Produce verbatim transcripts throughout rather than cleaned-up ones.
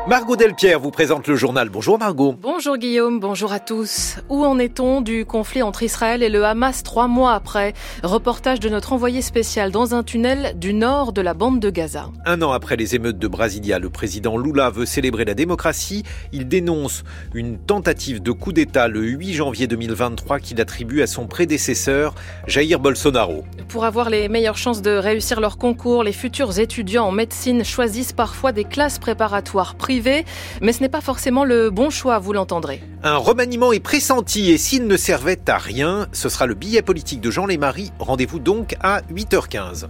Margot Delpierre vous présente le journal. Bonjour Margot. Bonjour Guillaume, bonjour à tous. Où en est-on du conflit entre Israël et le Hamas trois mois après ? Reportage de notre envoyé spécial dans un tunnel du nord de la bande de Gaza. Un an après les émeutes de Brasilia, le président Lula veut célébrer la démocratie. Il dénonce une tentative de coup d'État le huit janvier deux mille vingt-trois qu'il attribue à son prédécesseur, Jair Bolsonaro. Pour avoir les meilleures chances de réussir leur concours, les futurs étudiants en médecine choisissent parfois des classes préparatoires privées. Mais ce n'est pas forcément le bon choix, vous l'entendrez. Un remaniement est pressenti et s'il ne servait à rien, ce sera le billet politique de Jean Lémarie. Rendez-vous donc à huit heures quinze.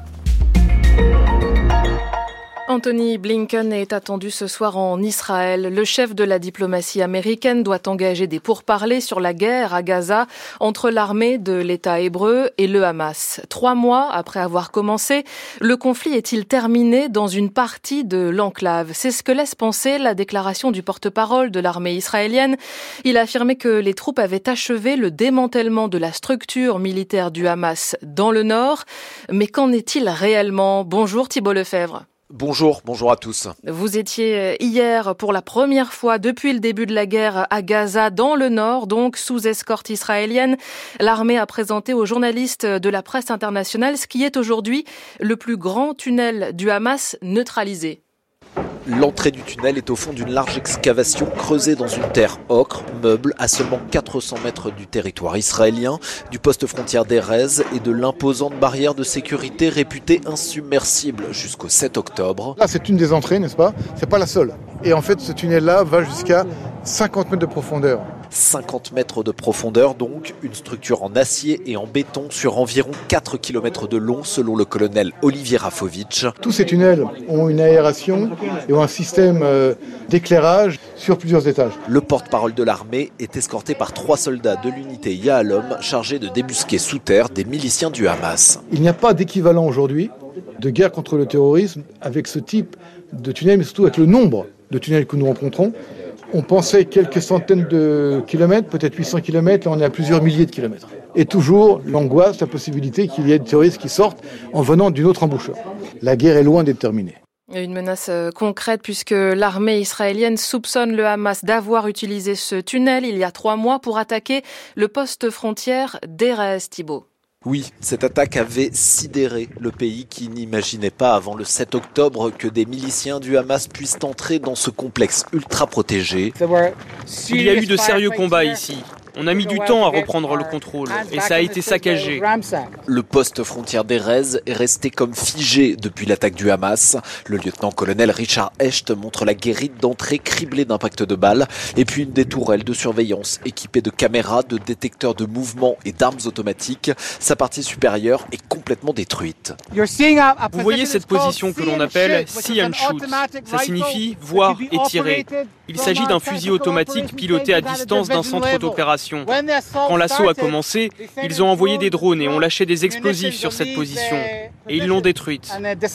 Anthony Blinken est attendu ce soir en Israël. Le chef de la diplomatie américaine doit engager des pourparlers sur la guerre à Gaza entre l'armée de l'État hébreu et le Hamas. Trois mois après avoir commencé, le conflit est-il terminé dans une partie de l'enclave ? C'est ce que laisse penser la déclaration du porte-parole de l'armée israélienne. Il a affirmé que les troupes avaient achevé le démantèlement de la structure militaire du Hamas dans le nord. Mais qu'en est-il réellement ? Bonjour Thibault Lefebvre. Bonjour, bonjour à tous. Vous étiez hier pour la première fois depuis le début de la guerre à Gaza, dans le nord, donc sous escorte israélienne. L'armée a présenté aux journalistes de la presse internationale ce qui est aujourd'hui le plus grand tunnel du Hamas neutralisé. L'entrée du tunnel est au fond d'une large excavation creusée dans une terre ocre, meuble, à seulement quatre cents mètres du territoire israélien, du poste frontière d'Erez et de l'imposante barrière de sécurité réputée insubmersible jusqu'au sept octobre. Là, c'est une des entrées, n'est-ce pas ? C'est pas la seule. Et en fait, ce tunnel-là va jusqu'à cinquante mètres de profondeur. cinquante mètres de profondeur donc, une structure en acier et en béton sur environ quatre kilomètres de long selon le colonel Olivier Rafovitch. Tous ces tunnels ont une aération et ont un système d'éclairage sur plusieurs étages. Le porte-parole de l'armée est escorté par trois soldats de l'unité Yahalom chargés de débusquer sous terre des miliciens du Hamas. Il n'y a pas d'équivalent aujourd'hui de guerre contre le terrorisme avec ce type de tunnel, mais surtout avec le nombre de tunnels que nous rencontrons. On pensait quelques centaines de kilomètres, peut-être huit cents kilomètres, là on est à plusieurs milliers de kilomètres. Et toujours l'angoisse, la possibilité qu'il y ait des terroristes qui sortent en venant d'une autre embouchure. La guerre est loin d'être terminée. Une menace concrète puisque l'armée israélienne soupçonne le Hamas d'avoir utilisé ce tunnel il y a trois mois pour attaquer le poste frontière d'Erez, Thibault. Oui, cette attaque avait sidéré le pays qui n'imaginait pas avant le sept octobre que des miliciens du Hamas puissent entrer dans ce complexe ultra protégé. Il y a eu de sérieux combats ici. On a mis du temps à reprendre le contrôle et ça a été saccagé. Le poste frontière d'Erez est resté comme figé depuis l'attaque du Hamas. Le lieutenant-colonel Richard Hecht montre la guérite d'entrée criblée d'impacts de balles et puis une des tourelles de surveillance équipée de caméras, de détecteurs de mouvement et d'armes automatiques. Sa partie supérieure est complètement détruite. Vous voyez cette position que l'on appelle see and shoot. Ça signifie voir et tirer. Il s'agit d'un fusil automatique piloté à distance d'un centre d'opération. Quand l'assaut a commencé, ils ont envoyé des drones et ont lâché des explosifs sur cette position. Et ils l'ont détruite.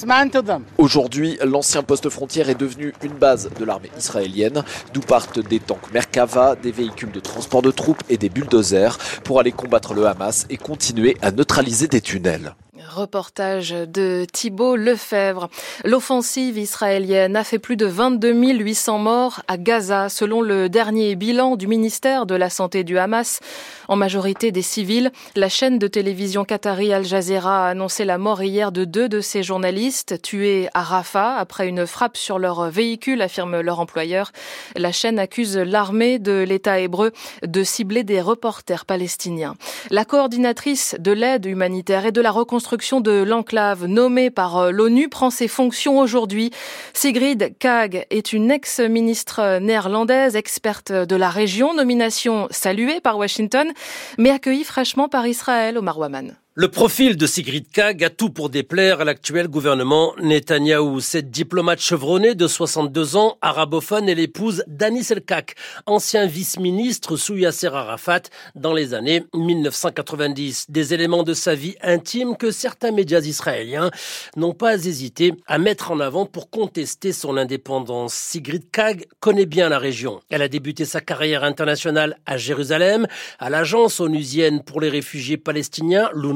Aujourd'hui, l'ancien poste frontière est devenu une base de l'armée israélienne, d'où partent des tanks Merkava, des véhicules de transport de troupes et des bulldozers pour aller combattre le Hamas et continuer à neutraliser des tunnels. Reportage de Thibault Lefebvre. L'offensive israélienne a fait plus de vingt-deux mille huit cents morts à Gaza, selon le dernier bilan du ministère de la Santé du Hamas. En majorité des civils, la chaîne de télévision qatari Al Jazeera a annoncé la mort hier de deux de ses journalistes tués à Rafah après une frappe sur leur véhicule, affirme leur employeur. La chaîne accuse l'armée de l'État hébreu de cibler des reporters palestiniens. La coordinatrice de l'aide humanitaire et de la reconstruction de l'enclave nommée par l'ONU prend ses fonctions aujourd'hui. Sigrid Kaag est une ex-ministre néerlandaise, experte de la région, nomination saluée par Washington, mais accueillie fraîchement par Israël, Omar Waman. Le profil de Sigrid Kaag a tout pour déplaire à l'actuel gouvernement Netanyahou. Cette diplomate chevronnée de soixante-deux ans, arabophone, est l'épouse d'Anis El-Kak, ancien vice-ministre sous Yasser Arafat dans les années mille neuf cent quatre-vingt-dix. Des éléments de sa vie intime que certains médias israéliens n'ont pas hésité à mettre en avant pour contester son indépendance. Sigrid Kaag connaît bien la région. Elle a débuté sa carrière internationale à Jérusalem, à l'agence onusienne pour les réfugiés palestiniens, l'U N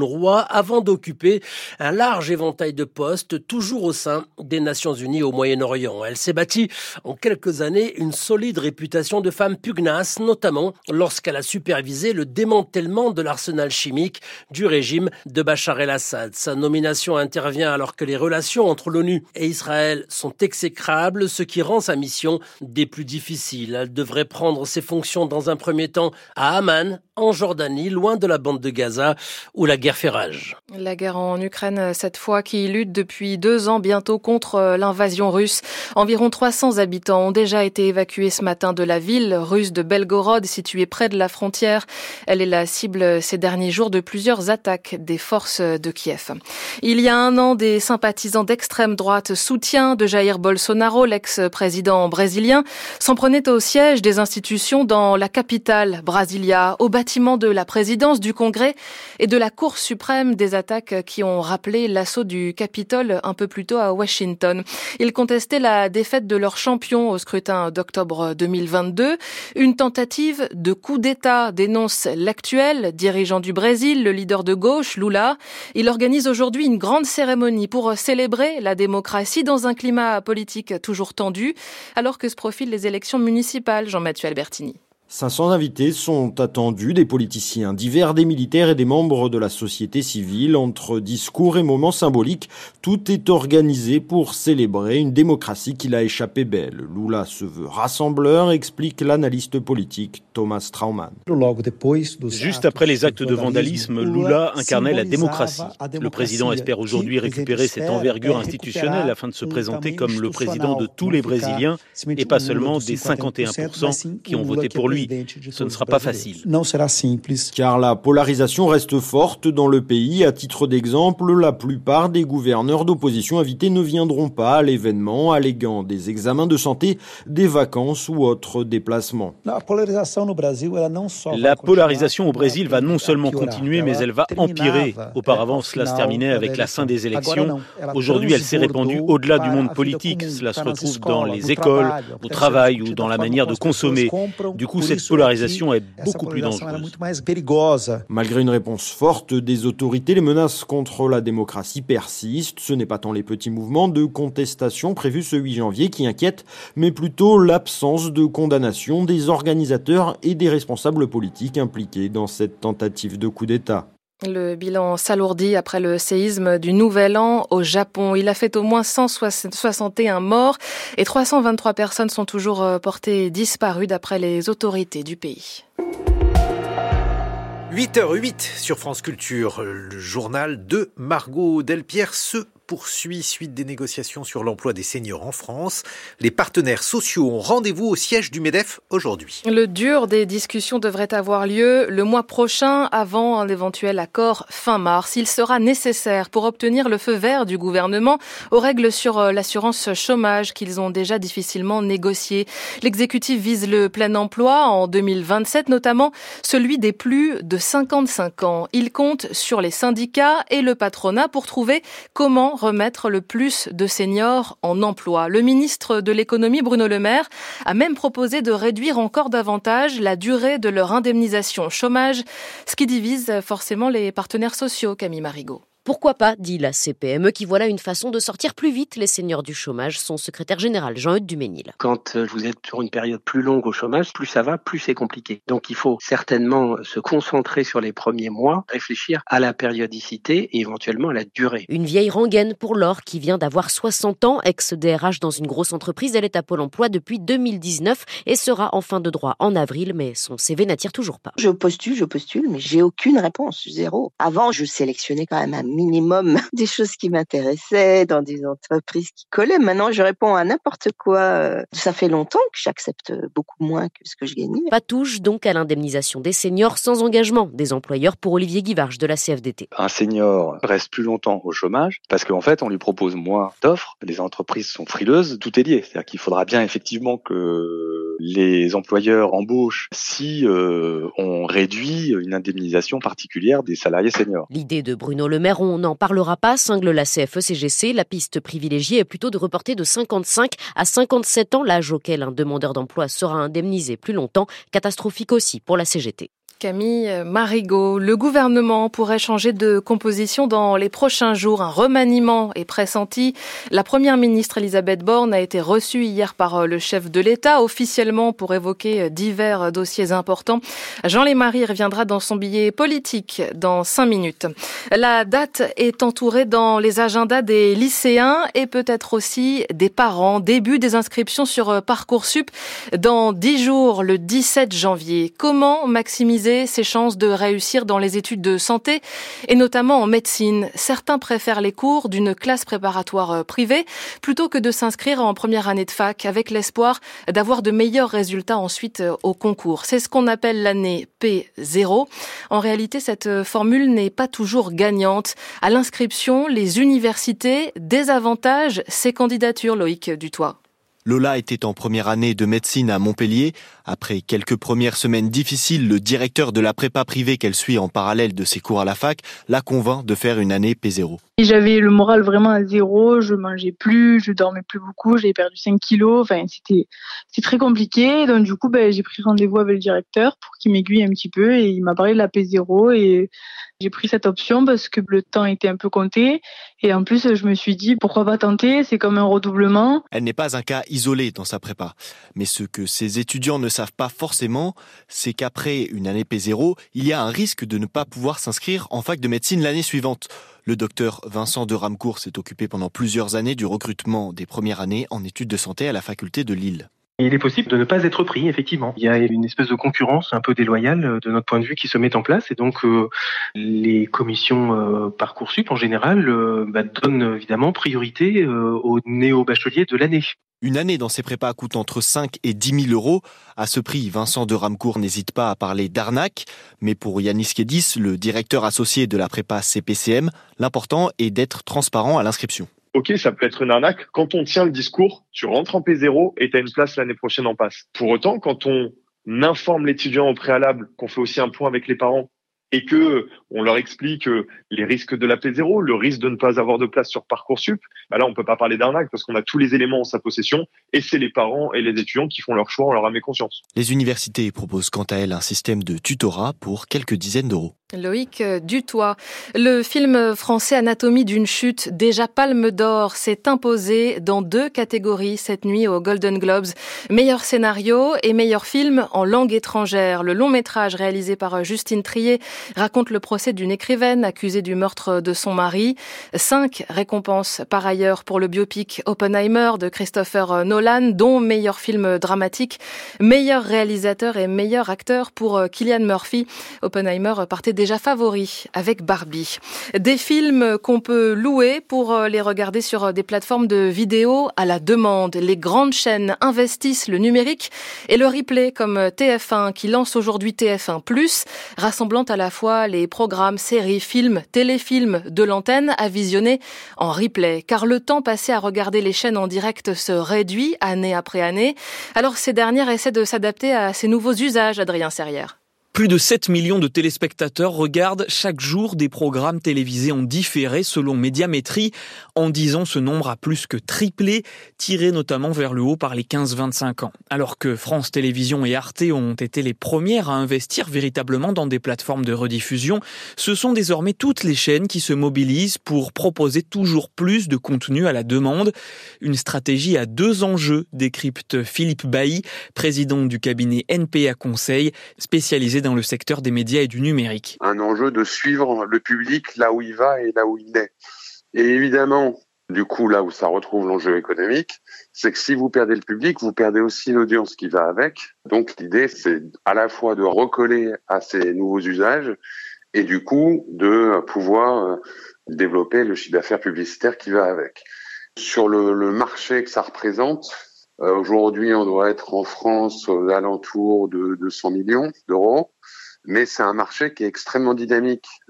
UNRWA avant d'occuper un large éventail de postes, toujours au sein des Nations Unies au Moyen-Orient. Elle s'est bâtie en quelques années une solide réputation de femme pugnace, notamment lorsqu'elle a supervisé le démantèlement de l'arsenal chimique du régime de Bachar el-Assad. Sa nomination intervient alors que les relations entre l'ONU et Israël sont exécrables, ce qui rend sa mission des plus difficiles. Elle devrait prendre ses fonctions dans un premier temps à Amman, en Jordanie, loin de la bande de Gaza, où la guerre fait rage. La guerre en Ukraine, cette fois, qui lutte depuis deux ans bientôt contre l'invasion russe. Environ trois cents habitants ont déjà été évacués ce matin de la ville russe de Belgorod, située près de la frontière. Elle est la cible ces derniers jours de plusieurs attaques des forces de Kiev. Il y a un an, des sympathisants d'extrême droite, soutien de Jair Bolsonaro, l'ex-président brésilien, s'en prenaient au siège des institutions dans la capitale, Brasilia, au bâtiment de la présidence, du Congrès et de la Cour suprême, des attaques qui ont rappelé l'assaut du Capitole un peu plus tôt à Washington. Ils contestaient la défaite de leur champion au scrutin d'octobre deux mille vingt-deux. Une tentative de coup d'État, dénonce l'actuel dirigeant du Brésil, le leader de gauche, Lula. Il organise aujourd'hui une grande cérémonie pour célébrer la démocratie dans un climat politique toujours tendu, alors que se profilent les élections municipales. Jean-Mathieu Albertini. cinq cents invités sont attendus, des politiciens divers, des militaires et des membres de la société civile. Entre discours et moments symboliques, tout est organisé pour célébrer une démocratie qui l'a échappé belle. Lula se veut rassembleur, explique l'analyste politique Thomas Traumann. Juste après les actes de vandalisme, Lula incarnait la démocratie. Le président espère aujourd'hui récupérer cette envergure institutionnelle afin de se présenter comme le président de tous les Brésiliens et pas seulement des cinquante et un pour cent qui ont voté pour lui. Ce ne sera pas facile. Car la polarisation reste forte dans le pays. À titre d'exemple, la plupart des gouverneurs d'opposition invités ne viendront pas à l'événement, alléguant des examens de santé, des vacances ou autres déplacements. La polarisation au Brésil va non seulement continuer, mais elle va empirer. Auparavant, cela se terminait avec la fin des élections. Aujourd'hui, elle s'est répandue au-delà du monde politique. Cela se retrouve dans les écoles, au travail ou dans la manière de consommer. Du coup, cette polarisation est beaucoup plus dangereuse. Malgré une réponse forte des autorités, les menaces contre la démocratie persistent. Ce n'est pas tant les petits mouvements de contestation prévus ce huit janvier qui inquiètent, mais plutôt l'absence de condamnation des organisateurs et des responsables politiques impliqués dans cette tentative de coup d'État. Le bilan s'alourdit après le séisme du Nouvel An au Japon. Il a fait au moins cent soixante et un morts et trois cent vingt-trois personnes sont toujours portées disparues d'après les autorités du pays. huit heures huit sur France Culture, le journal de Margot Delpierre se poursuit suite des négociations sur l'emploi des seniors en France. Les partenaires sociaux ont rendez-vous au siège du MEDEF aujourd'hui. Le dur des discussions devrait avoir lieu le mois prochain avant un éventuel accord fin mars. Il sera nécessaire pour obtenir le feu vert du gouvernement aux règles sur l'assurance chômage qu'ils ont déjà difficilement négociées. L'exécutif vise le plein emploi en deux mille vingt-sept, notamment celui des plus de cinquante-cinq ans. Il compte sur les syndicats et le patronat pour trouver comment remettre le plus de seniors en emploi. Le ministre de l'économie, Bruno Le Maire, a même proposé de réduire encore davantage la durée de leur indemnisation chômage, ce qui divise forcément les partenaires sociaux, Camille Marigot. Pourquoi pas, dit la C P M E, qui voilà une façon de sortir plus vite les seniors du chômage. Son secrétaire général, Jean-Eudes Duménil. Quand vous êtes sur une période plus longue au chômage, plus ça va, plus c'est compliqué. Donc il faut certainement se concentrer sur les premiers mois, réfléchir à la périodicité et éventuellement à la durée. Une vieille rengaine pour Laure, qui vient d'avoir soixante ans, ex-D R H dans une grosse entreprise. Elle est à Pôle emploi depuis deux mille dix-neuf et sera en fin de droit en avril, mais son C V n'attire toujours pas. Je postule, je postule, mais j'ai aucune réponse, zéro. Avant, je sélectionnais quand même un minimum des choses qui m'intéressaient dans des entreprises qui collaient. Maintenant, je réponds à n'importe quoi. Ça fait longtemps que j'accepte beaucoup moins que ce que je gagnais. Pas touche donc à l'indemnisation des seniors sans engagement des employeurs pour Olivier Guivarch de la C F D T. Un senior reste plus longtemps au chômage parce qu'en fait, on lui propose moins d'offres. Les entreprises sont frileuses. Tout est lié. C'est-à-dire qu'il faudra bien effectivement que les employeurs embauchent si euh, on réduit une indemnisation particulière des salariés seniors. L'idée de Bruno Le Maire, on n'en parlera pas, cingle la C F E C G C. La piste privilégiée est plutôt de reporter de cinquante-cinq à cinquante-sept ans l'âge auquel un demandeur d'emploi sera indemnisé plus longtemps. Catastrophique aussi pour la C G T. Camille Marigot. Le gouvernement pourrait changer de composition dans les prochains jours. Un remaniement est pressenti. La première ministre Elisabeth Borne a été reçue hier par le chef de l'État, officiellement pour évoquer divers dossiers importants. Jean Lémarie reviendra dans son billet politique dans cinq minutes. La date est entourée dans les agendas des lycéens et peut-être aussi des parents. Début des inscriptions sur Parcoursup dans dix jours, le dix-sept janvier. Comment maximiser ses chances de réussir dans les études de santé et notamment en médecine? Certains préfèrent les cours d'une classe préparatoire privée plutôt que de s'inscrire en première année de fac avec l'espoir d'avoir de meilleurs résultats ensuite au concours. C'est ce qu'on appelle l'année P zéro. En réalité, cette formule n'est pas toujours gagnante. À l'inscription, les universités désavantagent ces candidatures, Loïc Dutoit. Lola était en première année de médecine à Montpellier. Après quelques premières semaines difficiles, le directeur de la prépa privée qu'elle suit en parallèle de ses cours à la fac la convainc de faire une année P zéro. Et j'avais le moral vraiment à zéro, je mangeais plus, je dormais plus beaucoup, j'avais perdu cinq kilos, enfin c'était, c'était très compliqué. Donc du coup, ben, j'ai pris rendez-vous avec le directeur pour qu'il m'aiguille un petit peu et il m'a parlé de la P zéro et j'ai pris cette option parce que le temps était un peu compté et en plus je me suis dit pourquoi pas tenter, c'est comme un redoublement. Elle n'est pas un cas isolé dans sa prépa, mais ce que ces étudiants ne savent pas forcément, c'est qu'après une année P zéro, il y a un risque de ne pas pouvoir s'inscrire en fac de médecine l'année suivante. Le docteur Vincent de Ramcourt s'est occupé pendant plusieurs années du recrutement des premières années en études de santé à la faculté de Lille. Il est possible de ne pas être pris, effectivement. Il y a une espèce de concurrence un peu déloyale de notre point de vue qui se met en place et donc euh, les commissions euh, Parcoursup en général euh, bah, donnent évidemment priorité euh, aux néo-bacheliers de l'année. Une année dans ces prépas coûte entre cinq et dix mille euros. À ce prix, Vincent de Ramcourt n'hésite pas à parler d'arnaque. Mais pour Yannis Kédis, le directeur associé de la prépa C P C M, l'important est d'être transparent à l'inscription. Ok, ça peut être une arnaque. Quand on tient le discours, tu rentres en P zéro et tu as une place l'année prochaine en passe. Pour autant, quand on informe l'étudiant au préalable, qu'on fait aussi un point avec les parents et que on leur explique les risques de la P zéro, le risque de ne pas avoir de place sur Parcoursup, bah là on peut pas parler d'arnaque parce qu'on a tous les éléments en sa possession et c'est les parents et les étudiants qui font leur choix en leur âme et conscience. Les universités proposent quant à elles un système de tutorat pour quelques dizaines d'euros. Loïc Dutoit. Le film français Anatomie d'une chute, déjà Palme d'Or, s'est imposé dans deux catégories cette nuit aux Golden Globes. Meilleur scénario et meilleur film en langue étrangère. Le long métrage réalisé par Justine Triet raconte le procès d'une écrivaine accusée du meurtre de son mari. Cinq récompenses par ailleurs pour le biopic Oppenheimer de Christopher Nolan, dont meilleur film dramatique, meilleur réalisateur et meilleur acteur pour Cillian Murphy. Oppenheimer partait déjà favori avec Barbie. Des films qu'on peut louer pour les regarder sur des plateformes de vidéo à la demande. Les grandes chaînes investissent le numérique et le replay comme T F un qui lance aujourd'hui T F un plus, rassemblant à la fois les programmes, séries, films, téléfilms de l'antenne à visionner en replay. Car le temps passé à regarder les chaînes en direct se réduit année après année. Alors ces dernières essaient de s'adapter à ces nouveaux usages, Adrien Serrière. Plus de sept millions de téléspectateurs regardent chaque jour des programmes télévisés en différé selon Médiamétrie. En dix ans, ce nombre a plus que triplé, tiré notamment vers le haut par les quinze vingt-cinq ans. Alors que France Télévisions et Arte ont été les premières à investir véritablement dans des plateformes de rediffusion, ce sont désormais toutes les chaînes qui se mobilisent pour proposer toujours plus de contenu à la demande. Une stratégie à deux enjeux, décrypte Philippe Bailly, président du cabinet N P A Conseil, spécialisé dans le secteur des médias et du numérique. Un enjeu de suivre le public là où il va et là où il est. Et évidemment, du coup, là où ça retrouve l'enjeu économique, c'est que si vous perdez le public, vous perdez aussi l'audience qui va avec. Donc l'idée, c'est à la fois de recoller à ces nouveaux usages et du coup de pouvoir développer le chiffre d'affaires publicitaire qui va avec. Sur le, le marché que ça représente, Euh, aujourd'hui, on doit être en France aux alentours de deux cents millions d'euros, mais c'est un marché qui est extrêmement dynamique.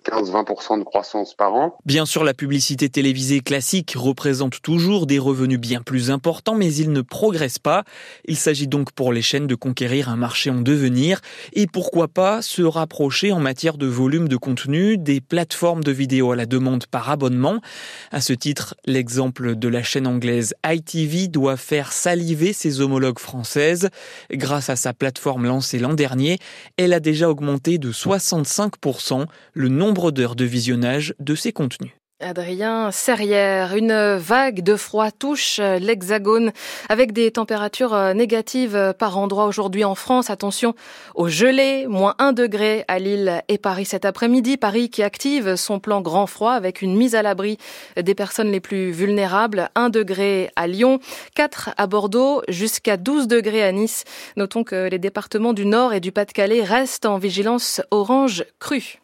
quinze à vingt pour cent de croissance par an. Bien sûr, la publicité télévisée classique représente toujours des revenus bien plus importants, mais il ne progresse pas. Il s'agit donc pour les chaînes de conquérir un marché en devenir et pourquoi pas se rapprocher en matière de volume de contenu des plateformes de vidéos à la demande par abonnement. À ce titre, l'exemple de la chaîne anglaise I T V doit faire saliver ses homologues françaises. Grâce à sa plateforme lancée l'an dernier, elle a déjà augmenté de soixante-cinq pour cent le nombre d'heures de visionnage de ses contenus. Adrien Serrière, une vague de froid touche l'Hexagone avec des températures négatives par endroit aujourd'hui en France. Attention aux gelées, moins un degré à Lille et Paris cet après-midi. Paris qui active son plan grand froid avec une mise à l'abri des personnes les plus vulnérables. un degré à Lyon, quatre à Bordeaux, jusqu'à douze degrés à Nice. Notons que les départements du Nord et du Pas-de-Calais restent en vigilance orange crue.